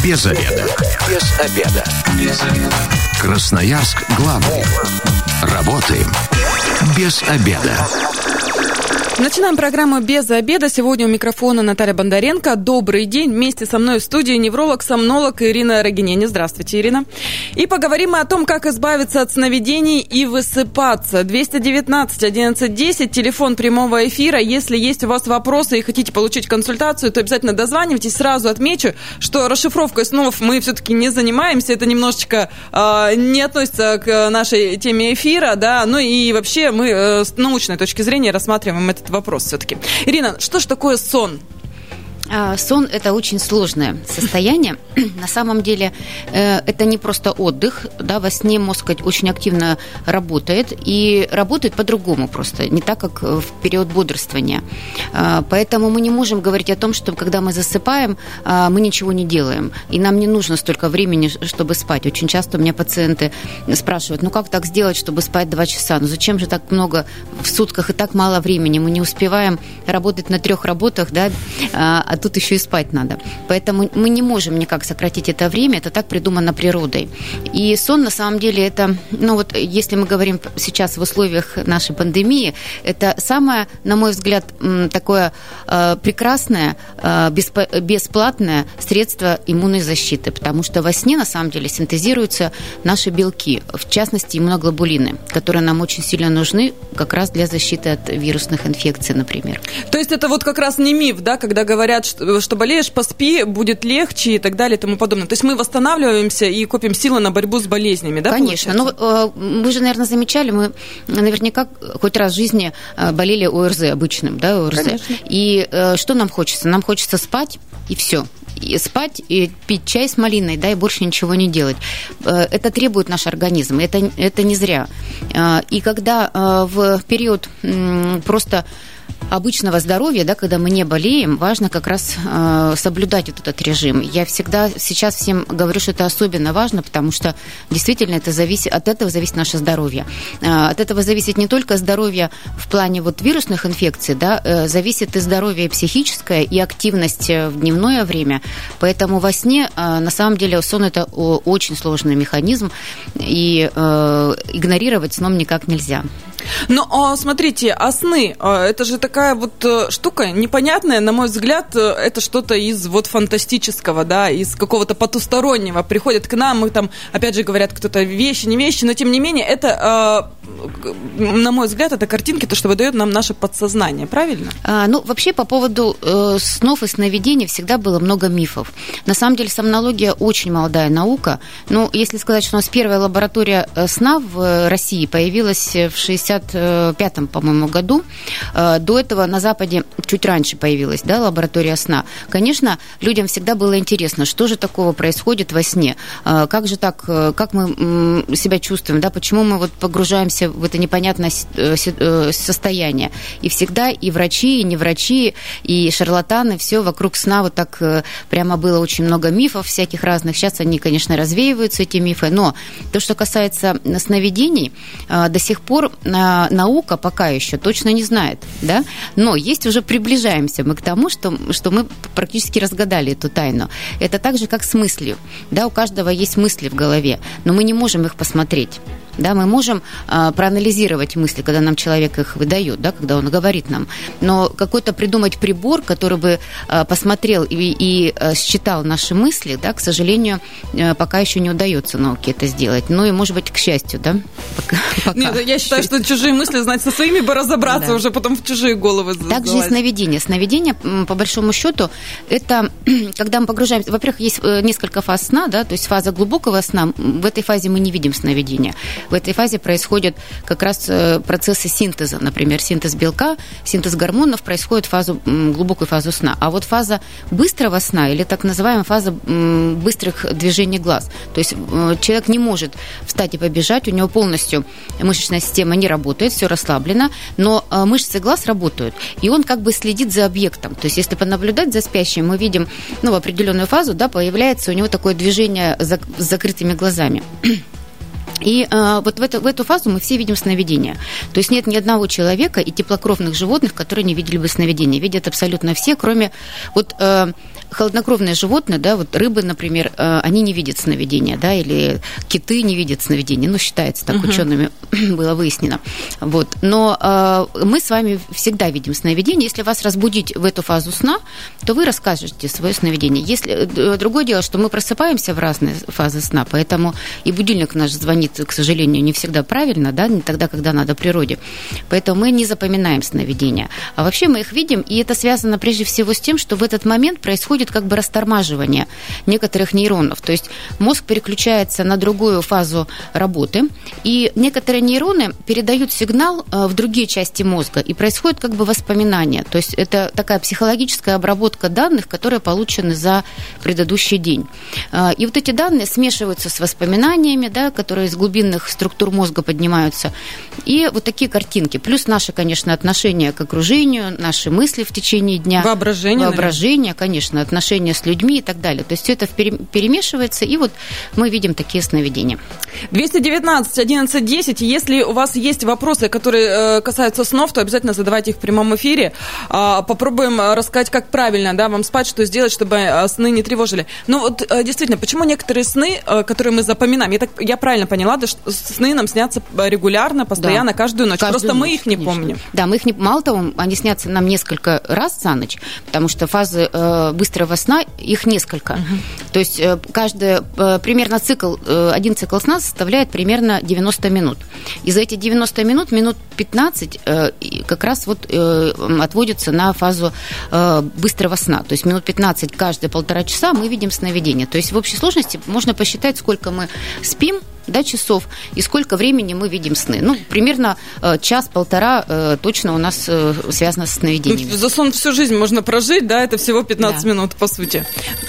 Без обеда. Без обеда. Без обеда. Красноярск главный. Работаем без обеда. Начинаем программу «Без обеда». Сегодня у микрофона Наталья Бондаренко. Добрый день. Вместе со мной в студии невролог-сомнолог Ирина Рогинени. Здравствуйте, Ирина. И поговорим мы о том, как избавиться от сновидений и высыпаться. 219-11-10, телефон прямого эфира. Если есть у вас вопросы и хотите получить консультацию, то обязательно дозванивайтесь. Сразу отмечу, что расшифровкой снов мы все-таки не занимаемся. Это немножечко не относится к нашей теме эфира, да. Ну и вообще мы с научной точки зрения рассматриваем этот вопрос все-таки. Ирина, что же такое сон? Сон – это очень сложное состояние. На самом деле это не просто отдых. Да, во сне мозг очень активно работает. И работает по-другому просто, не так, как в период бодрствования. Поэтому мы не можем говорить о том, что когда мы засыпаем, мы ничего не делаем. И нам не нужно столько времени, чтобы спать. Очень часто у меня пациенты спрашивают, ну как так сделать, чтобы спать 2 часа? Ну зачем же так много в сутках и так мало времени? Мы не успеваем работать на 3 работах, да, а тут еще и спать надо. Поэтому мы не можем никак сократить это время, это так придумано природой. И сон, на самом деле, это, ну вот, если мы говорим сейчас в условиях нашей пандемии, это самое, на мой взгляд, такое прекрасное, бесплатное средство иммунной защиты, потому что во сне, на самом деле, синтезируются наши белки, в частности, иммуноглобулины, которые нам очень сильно нужны как раз для защиты от вирусных инфекций, например. То есть это вот как раз не миф, да, когда говорят, что болеешь, поспи, будет легче и так далее и тому подобное. То есть мы восстанавливаемся и копим силы на борьбу с болезнями, да? Конечно. Ну, вы же, наверное, замечали, мы наверняка хоть раз в жизни болели ОРЗ обычным, да, ОРЗ. Конечно. И что нам хочется? Нам хочется спать, и все. И спать, и пить чай с малиной, да, и больше ничего не делать. Это требует наш организм, это не зря. И когда в период просто обычного здоровья, да, когда мы не болеем, важно как раз соблюдать вот этот режим. Я всегда сейчас всем говорю, что это особенно важно, потому что действительно от этого зависит наше здоровье. От этого зависит не только здоровье в плане вот вирусных инфекций, да, зависит и здоровье психическое, и активность в дневное время. Поэтому во сне, на самом деле, сон – это очень сложный механизм, и игнорировать сном никак нельзя. Но смотрите, а сны, это же такая вот штука непонятная, на мой взгляд, это что-то из вот фантастического, да, из какого-то потустороннего. Приходят к нам, мы там, опять же, говорят, кто-то вещи, не вещи, но тем не менее, это, на мой взгляд, это картинки, то, что выдает нам наше подсознание, правильно? Ну, вообще, по поводу снов и сновидений всегда было много мифов. На самом деле, сомнология очень молодая наука. Ну, если сказать, что у нас первая лаборатория сна в России появилась в 65-м, по-моему, году. До этого на Западе чуть раньше появилась, да, лаборатория сна. Конечно, людям всегда было интересно, что же такого происходит во сне, как же так, как мы себя чувствуем, да, почему мы вот погружаемся в это непонятное состояние. И всегда и врачи, и не врачи, и шарлатаны, все вокруг сна вот так прямо было очень много мифов всяких разных. Сейчас они, конечно, развеиваются, эти мифы, но то, что касается сновидений, до сих пор наука пока еще точно не знает, да, но есть уже приближаемся мы к тому, что мы практически разгадали эту тайну. Это так же, как с мыслью, да, у каждого есть мысли в голове, но мы не можем их посмотреть. Да, мы можем проанализировать мысли, когда нам человек их выдает, да, когда он говорит нам. Но какой-то придумать прибор, который бы посмотрел и считал наши мысли, да, к сожалению, пока еще не удается науке это сделать. Ну и, может быть, к счастью, да? Пока. Нет, я считаю, что чужие мысли, знать, со своими бы разобраться, да, уже потом в чужие головы залазить. Также и сновидение. Сновидение, по большому счету, это когда мы погружаемся... Во-первых, есть несколько фаз сна, да, то есть фаза глубокого сна. В этой фазе мы не видим сновидения. В этой фазе происходят как раз процессы синтеза, например, синтез белка, синтез гормонов происходит в глубокую фазу сна. А вот фаза быстрого сна, или так называемая фаза быстрых движений глаз, то есть человек не может встать и побежать, у него полностью мышечная система не работает, все расслаблено, но мышцы глаз работают, и он как бы следит за объектом. То есть если понаблюдать за спящим, мы видим, ну, в определенную фазу, да, появляется у него такое движение с закрытыми глазами. И вот в эту фазу мы все видим сновидения. То есть нет ни одного человека и теплокровных животных, которые не видели бы сновидения. Видят абсолютно все, кроме вот холоднокровные животные, да, вот рыбы, например, они не видят сновидения, да, или киты не видят сновидения. Ну, считается так, учеными было выяснено. Вот. Но мы с вами всегда видим сновидения. Если вас разбудить в эту фазу сна, то вы расскажете свое сновидение. Если другое дело, что мы просыпаемся в разные фазы сна, поэтому и будильник наш звонит, к сожалению, не всегда правильно, да, не тогда, когда надо природе. Поэтому мы не запоминаем сновидения. А вообще мы их видим, и это связано прежде всего с тем, что в этот момент происходит как бы растормаживание некоторых нейронов. То есть мозг переключается на другую фазу работы, и некоторые нейроны передают сигнал в другие части мозга, и происходит как бы воспоминание. То есть это такая психологическая обработка данных, которые получены за предыдущий день. И вот эти данные смешиваются с воспоминаниями, да, которые из глубинных структур мозга поднимаются. И вот такие картинки. Плюс наши, конечно, отношения к окружению, наши мысли в течение дня. Воображение, конечно, отношения с людьми и так далее. То есть все это перемешивается, и вот мы видим такие сновидения. 219 11 10. Если у вас есть вопросы, которые касаются снов, то обязательно задавайте их в прямом эфире. Попробуем рассказать, как правильно, да, вам спать, что сделать, чтобы сны не тревожили. Ну вот действительно, почему некоторые сны, которые мы запоминаем, я правильно поняла, да, что сны нам снятся регулярно, постоянно, да, каждую ночь. Просто мы их не помним. Да, мы их не... Мало того, они снятся нам несколько раз за ночь, потому что фазы быстрого сна, их несколько. То есть примерно один цикл сна составляет примерно 90 минут. И за эти 90 минут 15 как раз вот отводится на фазу быстрого сна. То есть минут 15 каждые 1,5 часа мы видим сновидение. То есть в общей сложности можно посчитать, сколько мы спим, да, часов, и сколько времени мы видим сны. Ну, примерно час-полтора точно у нас связано с сновидениями. За сон всю жизнь можно прожить, да, это всего 15 минут, по сути.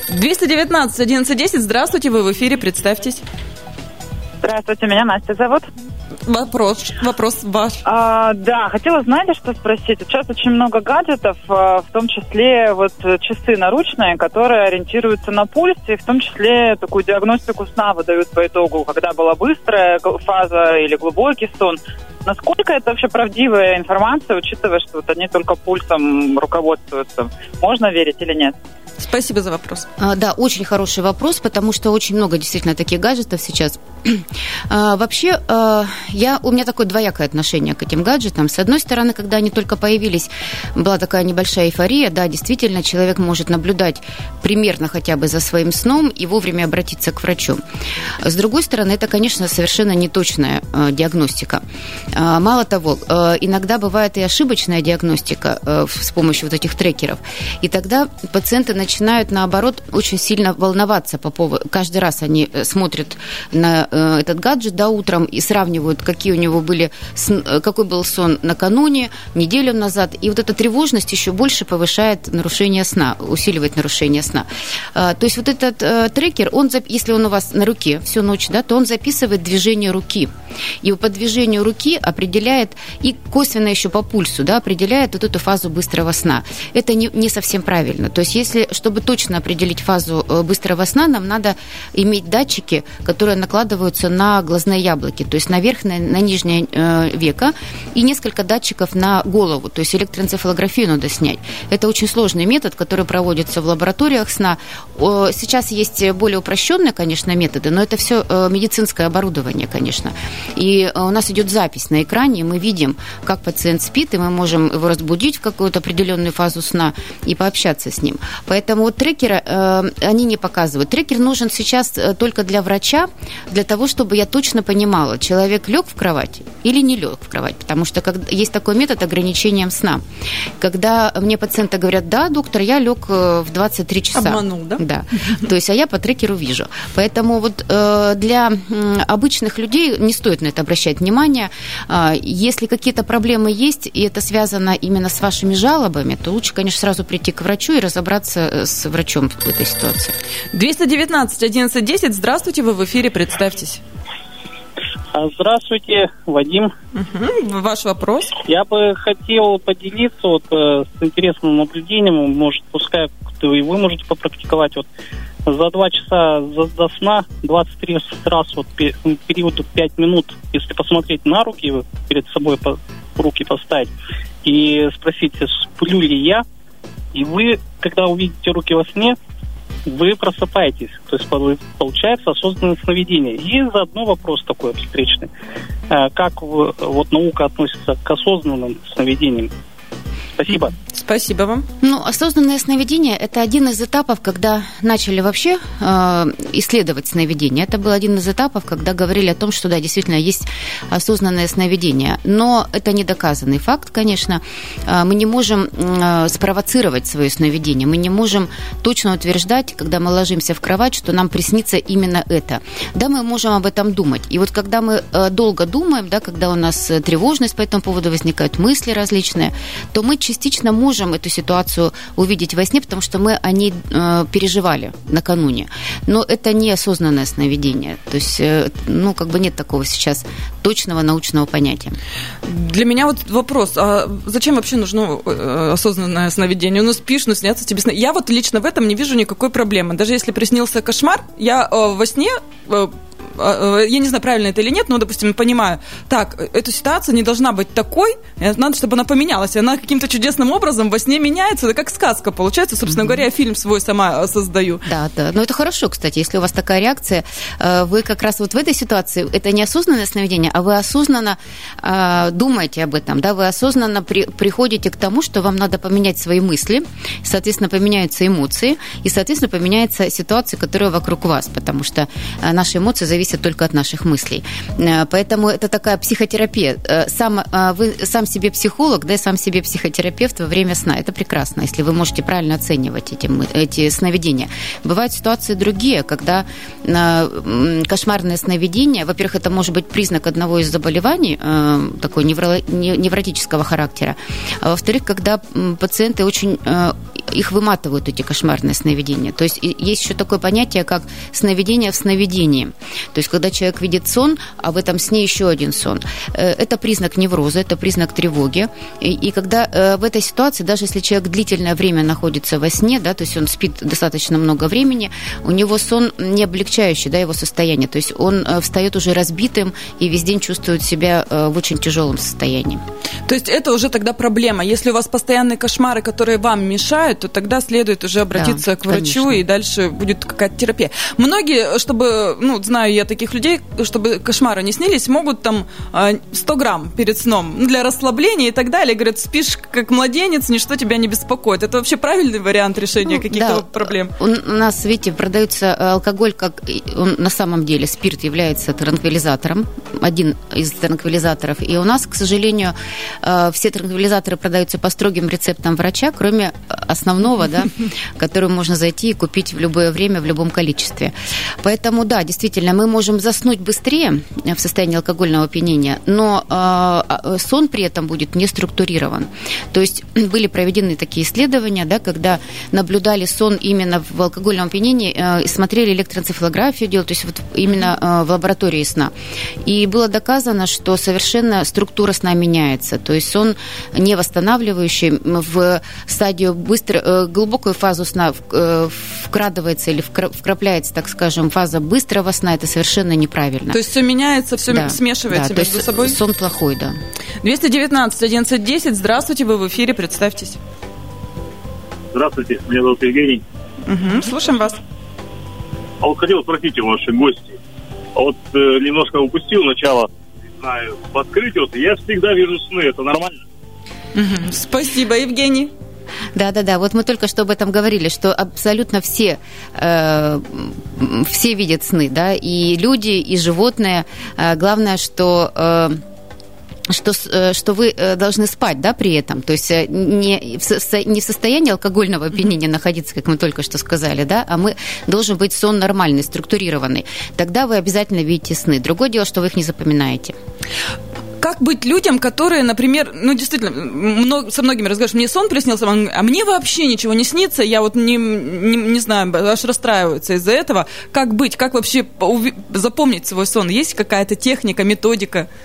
219 11 10, здравствуйте, вы в эфире, представьтесь. Здравствуйте, меня Настя зовут. Вопрос ваш. Да, хотела, знаете, что спросить? Сейчас очень много гаджетов, в том числе вот часы наручные, которые ориентируются на пульс, и в том числе такую диагностику сна выдают по итогу, когда была быстрая фаза или глубокий сон. Насколько это вообще правдивая информация, учитывая, что вот они только пульсом руководствуются? Можно верить или нет? Спасибо за вопрос. Да, очень хороший вопрос, потому что очень много действительно таких гаджетов сейчас. Вообще, у меня такое двоякое отношение к этим гаджетам. С одной стороны, когда они только появились, была такая небольшая эйфория. Да, действительно, человек может наблюдать примерно хотя бы за своим сном и вовремя обратиться к врачу. С другой стороны, это, конечно, совершенно неточная диагностика. Мало того, иногда бывает и ошибочная диагностика с помощью вот этих трекеров. И тогда пациенты начинают, наоборот, очень сильно волноваться по поводу... Каждый раз они смотрят на этот гаджет, да, утром и сравнивают, какой был сон накануне, неделю назад. И вот эта тревожность еще больше повышает нарушение сна, усиливает нарушение сна. То есть вот этот трекер, если он у вас на руке всю ночь, да, то он записывает движение руки. И по движению руки определяет, и косвенно еще по пульсу, да, определяет вот эту фазу быстрого сна. Это не совсем правильно. То есть чтобы точно определить фазу быстрого сна, нам надо иметь датчики, которые накладываются на глазные яблоки, то есть на верхнее, на нижнее веко, и несколько датчиков на голову, то есть электроэнцефалографию надо снять. Это очень сложный метод, который проводится в лабораториях сна. Сейчас есть более упрощенные, конечно, методы, но это все медицинское оборудование, конечно. И у нас идет запись на экране, и мы видим, как пациент спит, и мы можем его разбудить в какую-то определенную фазу сна и пообщаться с ним. Поэтому вот трекеры, они не показывают. Трекер нужен сейчас только для врача, для того, чтобы я точно понимала, человек лег в кровать или не лег в кровать. Потому что есть такой метод ограничения сна. Когда мне пациенты говорят: да, доктор, я лег в 23 часа. Обманул, да? Да. То есть, а я по трекеру вижу. Поэтому вот для обычных людей не стоит на это обращать внимание. Если какие-то проблемы есть, и это связано именно с вашими жалобами, то лучше, конечно, сразу прийти к врачу и разобраться с врачом в этой ситуации. 219 11 10. Здравствуйте, вы в эфире, представьтесь. Здравствуйте, Вадим. Ваш вопрос? Я бы хотел поделиться с интересным наблюдением, может, пускай вы можете попрактиковать. за 2 часа до сна 23 раз вот периоду 5 минут, если посмотреть на руки, перед собой руки поставить и спросить, сплю ли я, и вы, когда увидите руки во сне, вы просыпаетесь. То есть получается осознанное сновидение. И заодно вопрос такой встречный. Как вот наука относится к осознанным сновидениям? Спасибо. Спасибо вам. Ну, осознанное сновидение – это один из этапов, когда начали вообще исследовать сновидение. Это был один из этапов, когда говорили о том, что, да, действительно, есть осознанное сновидение. Но это не доказанный факт, конечно. Мы не можем спровоцировать свое сновидение. Мы не можем точно утверждать, когда мы ложимся в кровать, что нам приснится именно это. Да, мы можем об этом думать. И вот когда мы долго думаем, да, когда у нас тревожность по этому поводу возникают, мысли различные, то мы частично можем эту ситуацию увидеть во сне, потому что мы о ней переживали накануне. Но это не осознанное сновидение. То есть, ну, как бы нет такого сейчас точного научного понятия. Для меня вот вопрос, а зачем вообще нужно осознанное сновидение? Ну, спишь, но снятся тебе сны. Я вот лично в этом не вижу никакой проблемы. Даже если приснился кошмар, я во сне... Я не знаю, правильно это или нет, но, допустим, понимаю, так, эта ситуация не должна быть такой, надо, чтобы она поменялась, и она каким-то чудесным образом во сне меняется, это как сказка получается, собственно говоря, я фильм свой сама создаю. Да, но это хорошо, кстати, если у вас такая реакция, вы как раз вот в этой ситуации, это не осознанное сновидение, а вы осознанно думаете об этом, да, вы осознанно приходите к тому, что вам надо поменять свои мысли, соответственно, поменяются эмоции, и, соответственно, поменяется ситуация, которая вокруг вас, потому что наши эмоции зависит только от наших мыслей. Поэтому это такая психотерапия. Вы сам себе психолог, да, и сам себе психотерапевт во время сна. Это прекрасно, если вы можете правильно оценивать эти сновидения. Бывают ситуации другие, когда кошмарное сновидение, во-первых, это может быть признак одного из заболеваний, такой невротического характера, а во-вторых, когда пациенты очень их выматывают, эти кошмарные сновидения. То есть есть еще такое понятие, как сновидение в сновидении. То есть, когда человек видит сон, а в этом сне еще один сон, это признак невроза, это признак тревоги. И когда в этой ситуации, даже если человек длительное время находится во сне, да, то есть он спит достаточно много времени, у него сон не облегчающий, да, его состояние. То есть он встает уже разбитым и весь день чувствует себя в очень тяжелом состоянии. То есть это уже тогда проблема. Если у вас постоянные кошмары, которые вам мешают, то тогда следует уже обратиться к врачу, конечно. И дальше будет какая-то терапия. Многие, чтобы, знаю я таких людей, чтобы кошмары не снились, могут там 100 грамм перед сном для расслабления и так далее. Говорят, спишь как младенец, ничто тебя не беспокоит. Это вообще правильный вариант решения каких-то проблем? У нас, видите, продается алкоголь, как он на самом деле, спирт является транквилизатором, один из транквилизаторов. И у нас, к сожалению, все транквилизаторы продаются по строгим рецептам врача, кроме основного, да, который можно зайти и купить в любое время, в любом количестве. Поэтому, да, действительно, мы можем заснуть быстрее в состоянии алкогольного опьянения, но сон при этом будет не структурирован. То есть были проведены такие исследования, да, когда наблюдали сон именно в алкогольном опьянении, смотрели электроэнцефалографию, то есть вот именно в лаборатории сна. И было доказано, что совершенно структура сна меняется. То есть сон не восстанавливающий, в стадию глубокую фазу сна вкрадывается или вкрапляется, так скажем, фаза быстрого сна, это совершенно неправильно. То есть все меняется, все смешивается между собой? Сон плохой, да. 219-11-10, здравствуйте, вы в эфире, представьтесь. Здравствуйте, меня зовут Евгений. Слушаем вас. А вот хотел спросить у ваших гостей. Немножко упустил начало, не знаю, подкрыть, я всегда вижу сны, это нормально? Спасибо, Евгений. Да. Вот мы только что об этом говорили, что абсолютно все видят сны, да, и люди, и животные. Главное, что вы должны спать, да, при этом. То есть не в состоянии алкогольного опьянения находиться, как мы только что сказали, да, а должен быть сон нормальный, структурированный. Тогда вы обязательно видите сны. Другое дело, что вы их не запоминаете. Как быть людям, которые, например, действительно, со многими разговариваешь, мне сон приснился, а мне вообще ничего не снится, я вот не знаю, аж расстраиваются из-за этого. Как быть, как вообще запомнить свой сон? Есть какая-то техника, методика?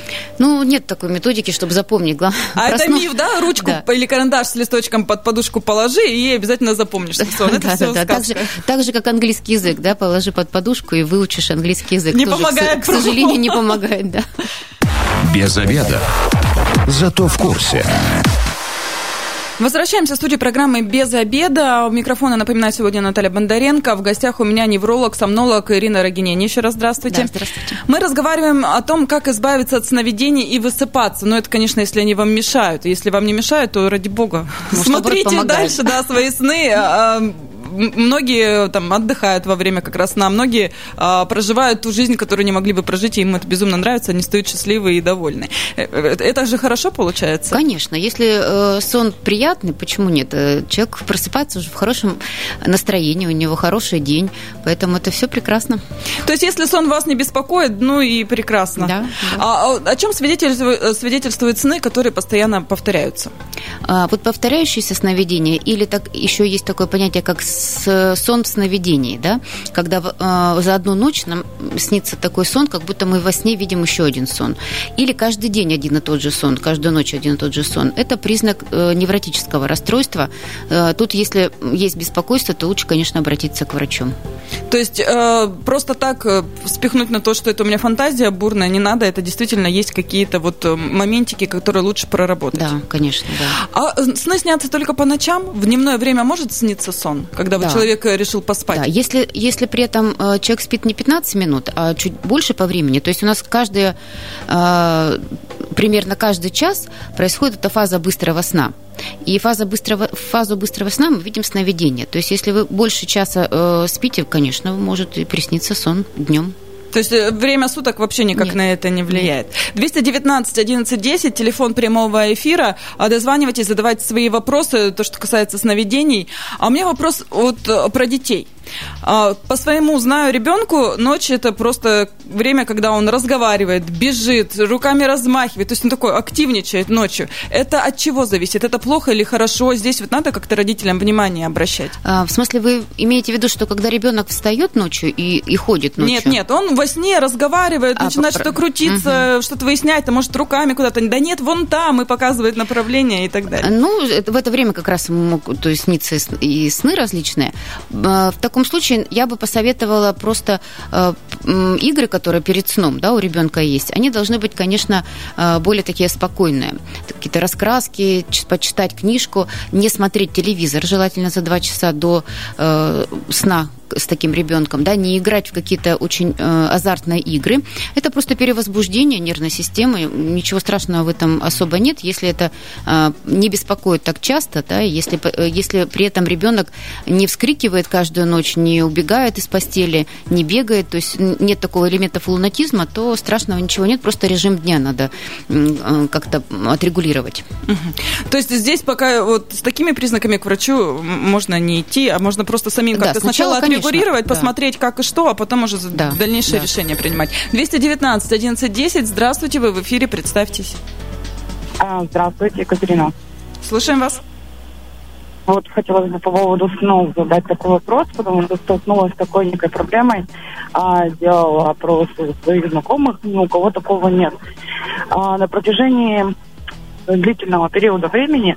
Ну, нет такой методики, чтобы запомнить. Это миф, да? Ручку или карандаш с листочком под подушку положи, и обязательно запомнишь сон. Это все сказка. Так же, как английский язык, да, положи под подушку и выучишь английский язык. Не помогает. К сожалению, не помогает, да. Без обеда. Зато в курсе. Возвращаемся в студию программы «Без обеда». У микрофона, напоминаю, сегодня Наталья Бондаренко. В гостях у меня невролог, сомнолог Ирина Рогинени. Еще раз здравствуйте. Да, здравствуйте. Мы разговариваем о том, как избавиться от сновидений и высыпаться. Но это, конечно, если они вам мешают. Если вам не мешают, то, ради бога, смотрите дальше свои сны. Многие там отдыхают во время как раз сна, многие проживают ту жизнь, которую не могли бы прожить, и им это безумно нравится, они стоят счастливые и довольны. Это же хорошо получается? Конечно. Если сон приятный, почему нет? Человек просыпается уже в хорошем настроении, у него хороший день, поэтому это все прекрасно. То есть, если сон вас не беспокоит, ну и прекрасно. Да. О чем свидетельствуют сны, которые постоянно повторяются? Вот повторяющиеся сновидения, или так еще есть такое понятие, как сон в сновидении, да, когда за одну ночь нам снится такой сон, как будто мы во сне видим еще один сон. Или каждый день один и тот же сон, каждую ночь один и тот же сон. Это признак невротического расстройства. Тут, если есть беспокойство, то лучше, конечно, обратиться к врачу. То есть просто так спихнуть на то, что это у меня фантазия бурная, не надо. Это действительно есть какие-то вот моментики, которые лучше проработать. Да, конечно, да. А сны снятся только по ночам? В дневное время может сниться сон? Когда вот человек решил поспать. Да, если при этом человек спит не 15 минут, а чуть больше по времени, то есть у нас примерно каждый час происходит эта фаза быстрого сна. И в фазу быстрого сна мы видим сновидение. То есть если вы больше часа спите, конечно, может и присниться сон днем. То есть время суток вообще никак на это не влияет. 219-11-10, телефон прямого эфира. Дозванивайтесь, задавайте свои вопросы, то, что касается сновидений. А у меня вопрос про детей. По своему знаю ребенку, ночь это просто время, когда он разговаривает, бежит, руками размахивает, то есть он такой активничает ночью. Это от чего зависит? Это плохо или хорошо? Здесь вот надо как-то родителям внимание обращать. В смысле, вы имеете в виду, что когда ребенок встает ночью и ходит ночью? Нет, он во сне разговаривает, начинает что-то крутиться, что-то выяснять, а может руками куда-то. Да нет, вон там, и показывает направление и так далее. Ну, в это время как раз могут сниться и сны различные. В таком случае я бы посоветовала просто игры, которые перед сном, да, у ребенка есть, они должны быть, конечно, более такие спокойные. Какие-то раскраски, почитать книжку, не смотреть телевизор, желательно за 2 часа до сна с таким ребенком, да, не играть в какие-то очень азартные игры. Это просто перевозбуждение нервной системы. Ничего страшного в этом особо нет, если это не беспокоит так часто, да, если при этом ребенок не вскрикивает каждую ночь, не убегает из постели, не бегает, то есть нет такого элемента лунатизма, то страшного ничего нет, просто режим дня надо как-то отрегулировать. То есть здесь пока вот с такими признаками к врачу можно не идти, а можно просто самим как-то сначала отрегулировать, посмотреть, как и что, а потом уже дальнейшее решение принимать. 219-11-10, здравствуйте, вы в эфире, представьтесь. Здравствуйте, Екатерина. Слушаем вас. Вот хотелось бы по поводу снов задать такой вопрос, потому что столкнулась с такой некой проблемой. Делала опросы у своих знакомых, ни у кого такого нет. На протяжении длительного периода времени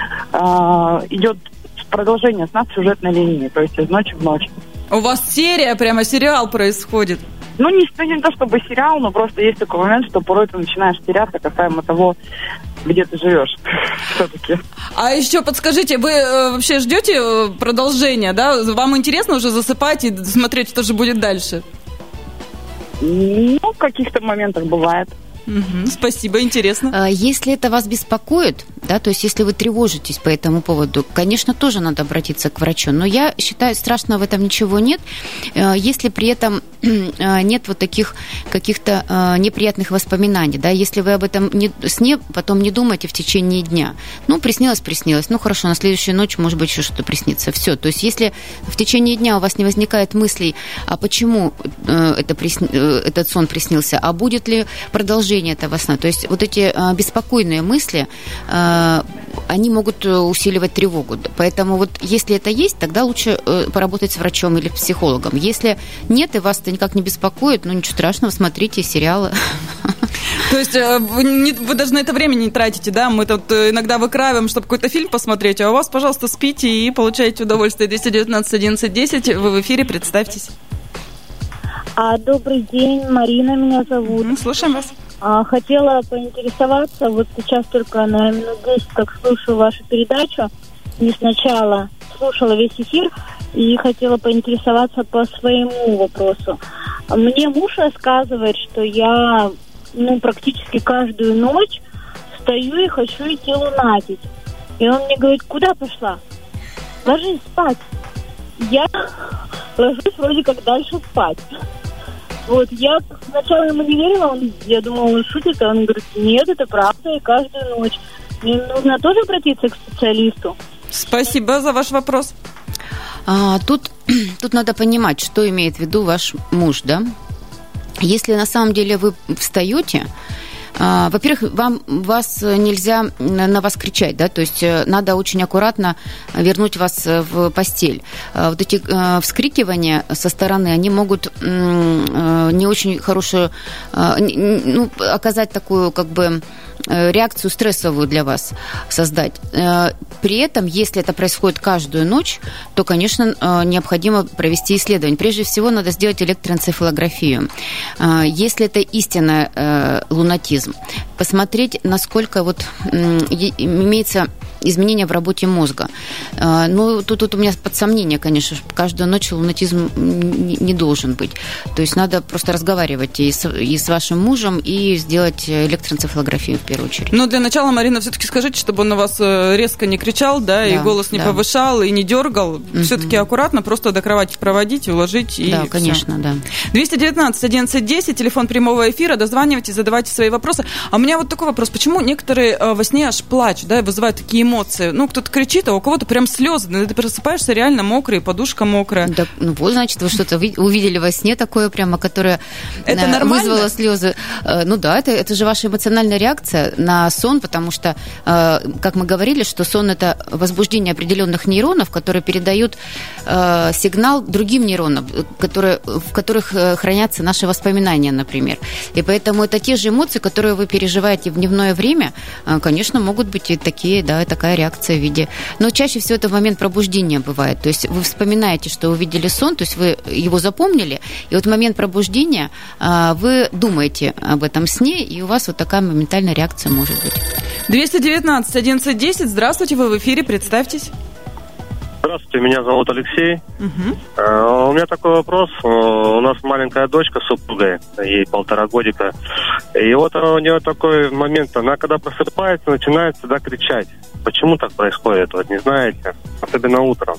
идет продолжение сна в сюжетной линии, то есть из ночи в ночь. У вас серия, прямо сериал происходит? Ну, не то чтобы сериал, но просто есть такой момент, что порой ты начинаешь теряться касаемо того, где ты живешь все-таки. А еще подскажите, вы вообще ждете продолжения, да? Вам интересно уже засыпать и смотреть, что же будет дальше? Ну, в каких-то моментах бывает. Спасибо, интересно. Если это вас беспокоит, да, то есть если вы тревожитесь по этому поводу, конечно, тоже надо обратиться к врачу. Но я считаю, страшного в этом ничего нет, если при этом нет вот таких каких-то неприятных воспоминаний, да, если вы об этом сне потом не думаете в течение дня. Ну, приснилось, ну, хорошо, на следующую ночь, может быть, еще что-то приснится. Все, то есть если в течение дня у вас не возникает мыслей, а почему этот сон приснился, а будет ли продолжение этого сна. То есть вот эти беспокойные мысли, они могут усиливать тревогу. Поэтому вот если это есть, тогда лучше поработать с врачом или психологом. Если нет, и вас это никак не беспокоит, ну ничего страшного, смотрите сериалы. То есть вы даже на это время не тратите, да? Мы тут иногда выкраиваем, чтобы какой-то фильм посмотреть, а у вас, пожалуйста, спите и получаете удовольствие. 219 11 10, вы в эфире, представьтесь. Добрый день, Марина меня зовут. Слушаем вас. Хотела поинтересоваться, вот сейчас только на минут 10, как слушаю вашу передачу, не сначала слушала весь эфир и хотела поинтересоваться по своему вопросу. Мне муж рассказывает, что я практически каждую ночь встаю и хочу идти лунатить. И он мне говорит: куда пошла? Ложись спать. Я ложусь вроде как дальше спать. Вот, я сначала ему не верила, я думала, он шутит, а он говорит: нет, это правда, и каждую ночь. Мне нужно тоже обратиться к специалисту. Спасибо за ваш вопрос. Тут надо понимать, что имеет в виду ваш муж, да? Если на самом деле вы встаете, во-первых, вас нельзя на вас кричать, да, то есть надо очень аккуратно вернуть вас в постель. Вот эти вскрикивания со стороны, они могут не очень хорошую, оказать такую как бы реакцию стрессовую для вас создать. При этом, если это происходит каждую ночь, то, конечно, необходимо провести исследование. Прежде всего, надо сделать электроэнцефалографию. Если это истинный лунатизм, посмотреть, насколько имеется изменения в работе мозга. Тут у меня под сомнение, конечно, каждую ночь лунатизм не должен быть. То есть надо просто разговаривать и с вашим мужем, и сделать электроэнцефалографию в первую очередь. Но для начала, Марина, все-таки скажите, чтобы он на вас резко не кричал, да, и голос не повышал, и не дергал. Все-таки аккуратно, просто до кровати проводить, уложить. И да, конечно, да. 219 11 10, телефон прямого эфира, дозванивайтесь, задавайте свои вопросы. А у меня вот такой вопрос. Почему некоторые во сне аж плачут, да, и вызывают такие эмоции? Кто-то кричит, а у кого-то прям слезы. Ты просыпаешься реально мокрый, подушка мокрая. Да, значит, вы что-то увидели во сне такое прямо, которое вызвало слезы. Это же ваша эмоциональная реакция на сон, потому что, как мы говорили, что сон – это возбуждение определенных нейронов, которые передают сигнал другим нейронам, в которых хранятся наши воспоминания, например. И поэтому это те же эмоции, которые вы переживаете в дневное время, конечно, могут быть и такие, да, такая реакция в виде... Но чаще всего это в момент пробуждения бывает. То есть вы вспоминаете, что увидели сон, то есть вы его запомнили, и вот в момент пробуждения вы думаете об этом сне, и у вас вот такая моментальная реакция может быть. 219 11 10. Здравствуйте, вы в эфире, представьтесь. Здравствуйте, меня зовут Алексей. У меня такой вопрос. У нас маленькая дочка с супругой, ей 1,5 годика. И вот у нее такой момент, она когда просыпается, начинает всегда кричать. Почему так происходит, вот не знаете? Особенно утром.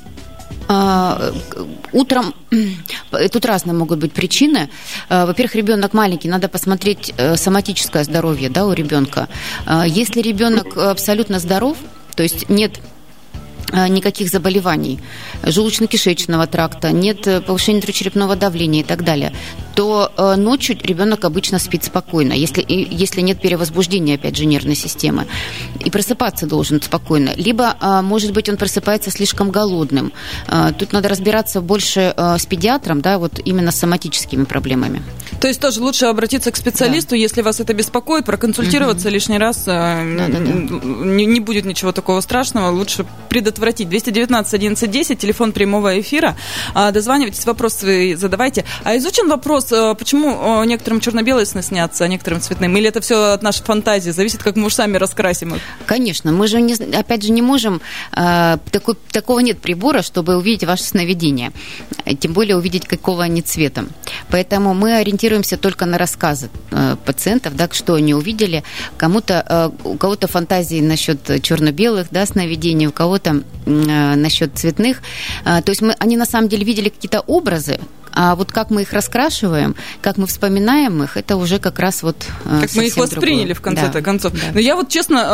Утром тут разные могут быть причины. Во-первых, ребенок маленький, надо посмотреть соматическое здоровье, да, у ребенка. Если ребенок абсолютно здоров, то есть нет никаких заболеваний желудочно-кишечного тракта, нет повышения внутричерепного давления и так далее, то ночью ребенок обычно спит спокойно, если нет перевозбуждения, опять же, нервной системы. И просыпаться должен спокойно. Либо, может быть, он просыпается слишком голодным. Тут надо разбираться больше с педиатром, да, вот именно с соматическими проблемами. То есть тоже лучше обратиться к специалисту, да, если вас это беспокоит, проконсультироваться лишний раз. Не будет ничего такого страшного, лучше предотвратить. 219 11 10, телефон прямого эфира. Дозванивайтесь, вопросы свои задавайте. А изучен вопрос, почему некоторым черно-белые сны снятся, а некоторым цветным? Или это все от нашей фантазии? Зависит, как мы уж сами раскрасим их? Конечно. Мы же, опять же, не можем... Такого нет прибора, чтобы увидеть ваше сновидение. Тем более увидеть, какого они цвета. Поэтому мы ориентируемся только на рассказы пациентов, да, что они увидели. У кого-то фантазии насчет черно-белых, да, сновидений, у кого-то насчет цветных. То есть они на самом деле видели какие-то образы, а вот как мы их раскрашиваем, как мы вспоминаем их, это уже как раз вот как мы их восприняли, в конце-то концов. Да. Но я вот, честно,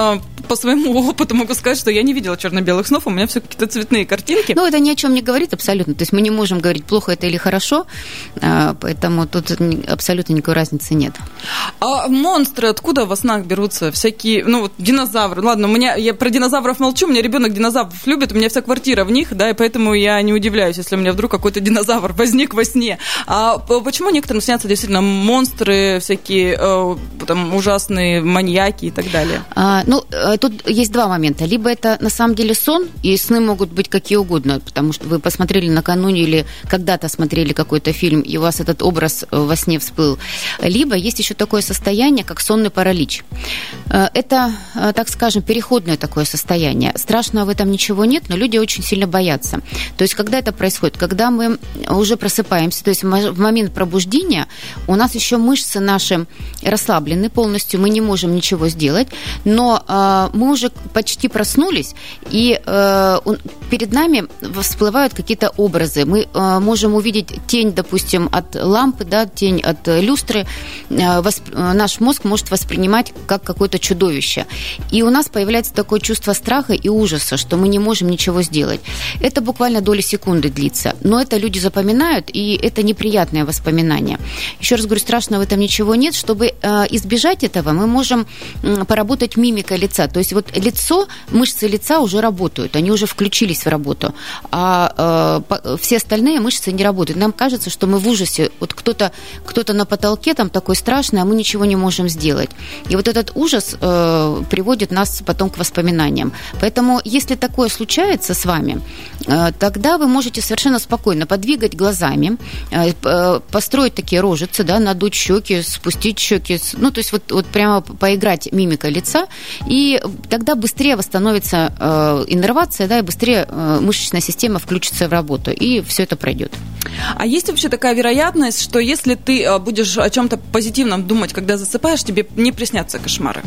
по своему опыту могу сказать, что я не видела черно-белых снов, у меня все какие-то цветные картинки. Ну, это ни о чем не говорит абсолютно. То есть мы не можем говорить, плохо это или хорошо, поэтому тут абсолютно никакой разницы нет. А монстры откуда во снах берутся? Всякие, ну, вот динозавры. Ладно, я про динозавров молчу, у меня ребенок динозавров любит, у меня вся квартира в них, да, и поэтому я не удивляюсь, если у меня вдруг какой-то динозавр возник во сне. А почему некоторым снятся действительно монстры, всякие там ужасные маньяки и так далее? Тут есть два момента. Либо это на самом деле сон, и сны могут быть какие угодно, потому что вы посмотрели накануне или когда-то смотрели какой-то фильм, и у вас этот образ во сне всплыл. Либо есть еще такое состояние, как сонный паралич. Это, так скажем, переходное такое состояние. Страшного в этом ничего нет, но люди очень сильно боятся. То есть, когда это происходит? Когда мы уже просыпаемся, то есть в момент пробуждения у нас еще мышцы наши расслаблены полностью, мы не можем ничего сделать, но мы уже почти проснулись, и перед нами всплывают какие-то образы. Мы можем увидеть тень, допустим, от лампы, да, тень от люстры. Наш мозг может воспринимать как какое-то чудовище. И у нас появляется такое чувство страха и ужаса, что мы не можем ничего сделать. Это буквально доли секунды длится. Но это люди запоминают, и это неприятное воспоминание. Еще раз говорю, страшного в этом ничего нет. Чтобы избежать этого, мы можем поработать мимикой лица. То есть вот лицо, мышцы лица уже работают, они уже включились в работу, а все остальные мышцы не работают. Нам кажется, что мы в ужасе. Вот кто-то на потолке там такой страшный, а мы ничего не можем сделать. И вот этот ужас приводит нас потом к воспоминаниям. Поэтому, если такое случается с вами, тогда вы можете совершенно спокойно подвигать глазами, построить такие рожицы, да, надуть щеки, спустить щеки, ну, то есть вот прямо поиграть мимикой лица, и тогда быстрее восстановится иннервация, да, и быстрее мышечная система включится в работу, и все это пройдет. А есть вообще такая вероятность, что если ты будешь о чем-то позитивном думать, когда засыпаешь, тебе не приснятся кошмары?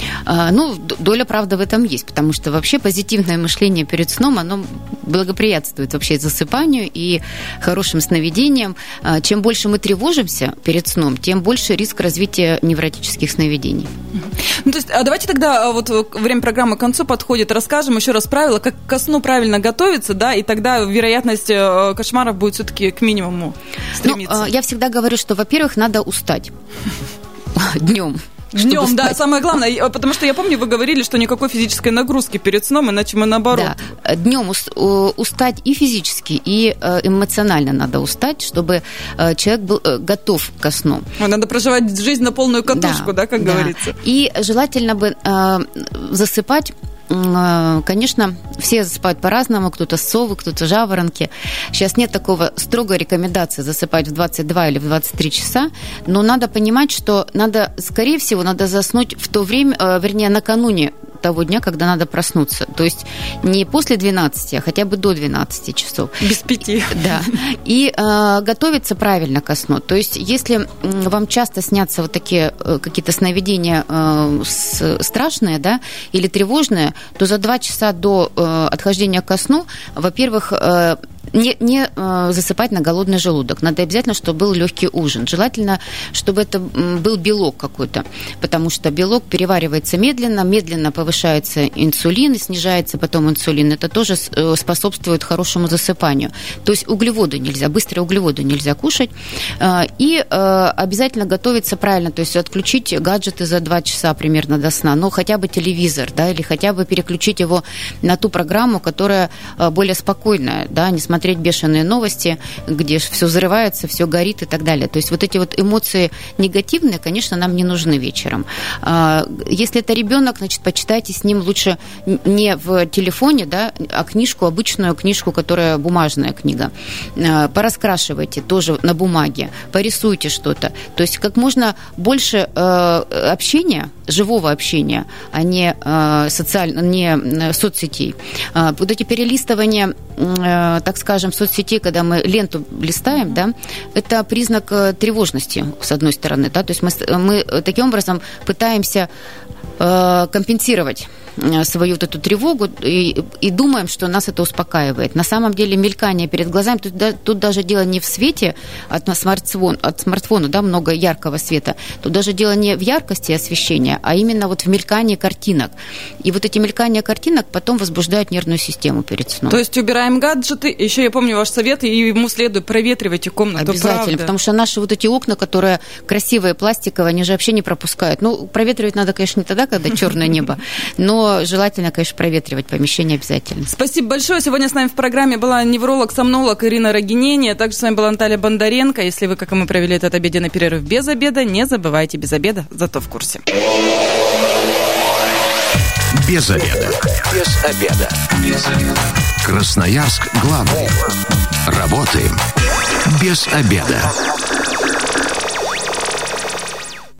Доля правды в этом есть, потому что вообще позитивное мышление перед сном, оно благоприятствует вообще засыпанию и хорошим сновидениям. Чем больше мы тревожимся перед сном, тем больше риск развития невротических сновидений. Ну, то есть, давайте тогда, вот время программы к концу подходит, расскажем еще раз правила, как ко сну правильно готовиться, да, и тогда вероятность кошмаров будет все-таки к минимуму стремиться. Я всегда говорю, что, во-первых, надо устать днем. Днем, да, самое главное, потому что я помню, вы говорили, что никакой физической нагрузки перед сном, иначе мы наоборот. Да, днем устать и физически, и эмоционально надо устать, чтобы человек был готов ко сну. Надо проживать жизнь на полную катушку, да, как говорится. И желательно бы засыпать. Конечно, все засыпают по-разному, кто-то совы, кто-то жаворонки. Сейчас нет такого строгой рекомендации засыпать в 22 или в 23 часа, но надо понимать, что скорее всего, надо заснуть в то время, вернее, накануне того дня, когда надо проснуться. То есть не после 12, а хотя бы до 12 часов. Без 5. Да. И готовиться правильно ко сну. То есть если вам часто снятся вот такие какие-то сновидения страшные, да, или тревожные, то за 2 часа до отхождения ко сну, во-первых, не засыпать на голодный желудок. Надо обязательно, чтобы был легкий ужин. Желательно, чтобы это был белок какой-то, потому что белок переваривается медленно повышается инсулин и снижается потом инсулин. Это тоже способствует хорошему засыпанию. То есть углеводы нельзя, быстрые углеводы нельзя кушать. И обязательно готовиться правильно, то есть отключить гаджеты за 2 часа примерно до сна, ну хотя бы телевизор, да, или хотя бы переключить его на ту программу, которая более спокойная, да, не смотреть бешеные новости, где все взрывается, все горит и так далее. То есть вот эти вот эмоции негативные, конечно, нам не нужны вечером. Если это ребенок, значит, почитайте с ним лучше не в телефоне, да, а книжку, обычную книжку, которая бумажная книга. Пораскрашивайте тоже на бумаге, порисуйте что-то. То есть как можно больше общения, живого общения, а не соцсетей. Вот эти перелистывания, так скажем, соцсетей, когда мы ленту листаем, да, это признак тревожности, с одной стороны, да, то есть мы таким образом пытаемся компенсировать свою вот эту тревогу и думаем, что нас это успокаивает. На самом деле мелькание перед глазами, тут даже дело не в свете от смартфона, да, много яркого света, тут даже дело не в яркости освещения, а именно вот в мелькании картинок. И вот эти мелькания картинок потом возбуждают нервную систему перед сном. То есть убираем гаджеты, еще я помню ваш совет, и ему следует проветривать комнату. Обязательно, правда? потому что наши вот эти окна, которые красивые, пластиковые, они же вообще не пропускают. Ну, проветривать надо, конечно, не тогда, когда черное небо, но желательно, конечно, проветривать помещение обязательно. Спасибо большое. Сегодня с нами в программе была невролог-сомнолог Ирина Рогинени. Также с вами была Наталья Бондаренко. Если вы, как и мы, провели этот обеденный перерыв без обеда, не забывайте, без обеда, зато в курсе. Без обеда. Без обеда. Без обеда. Красноярск главный. Работаем без обеда.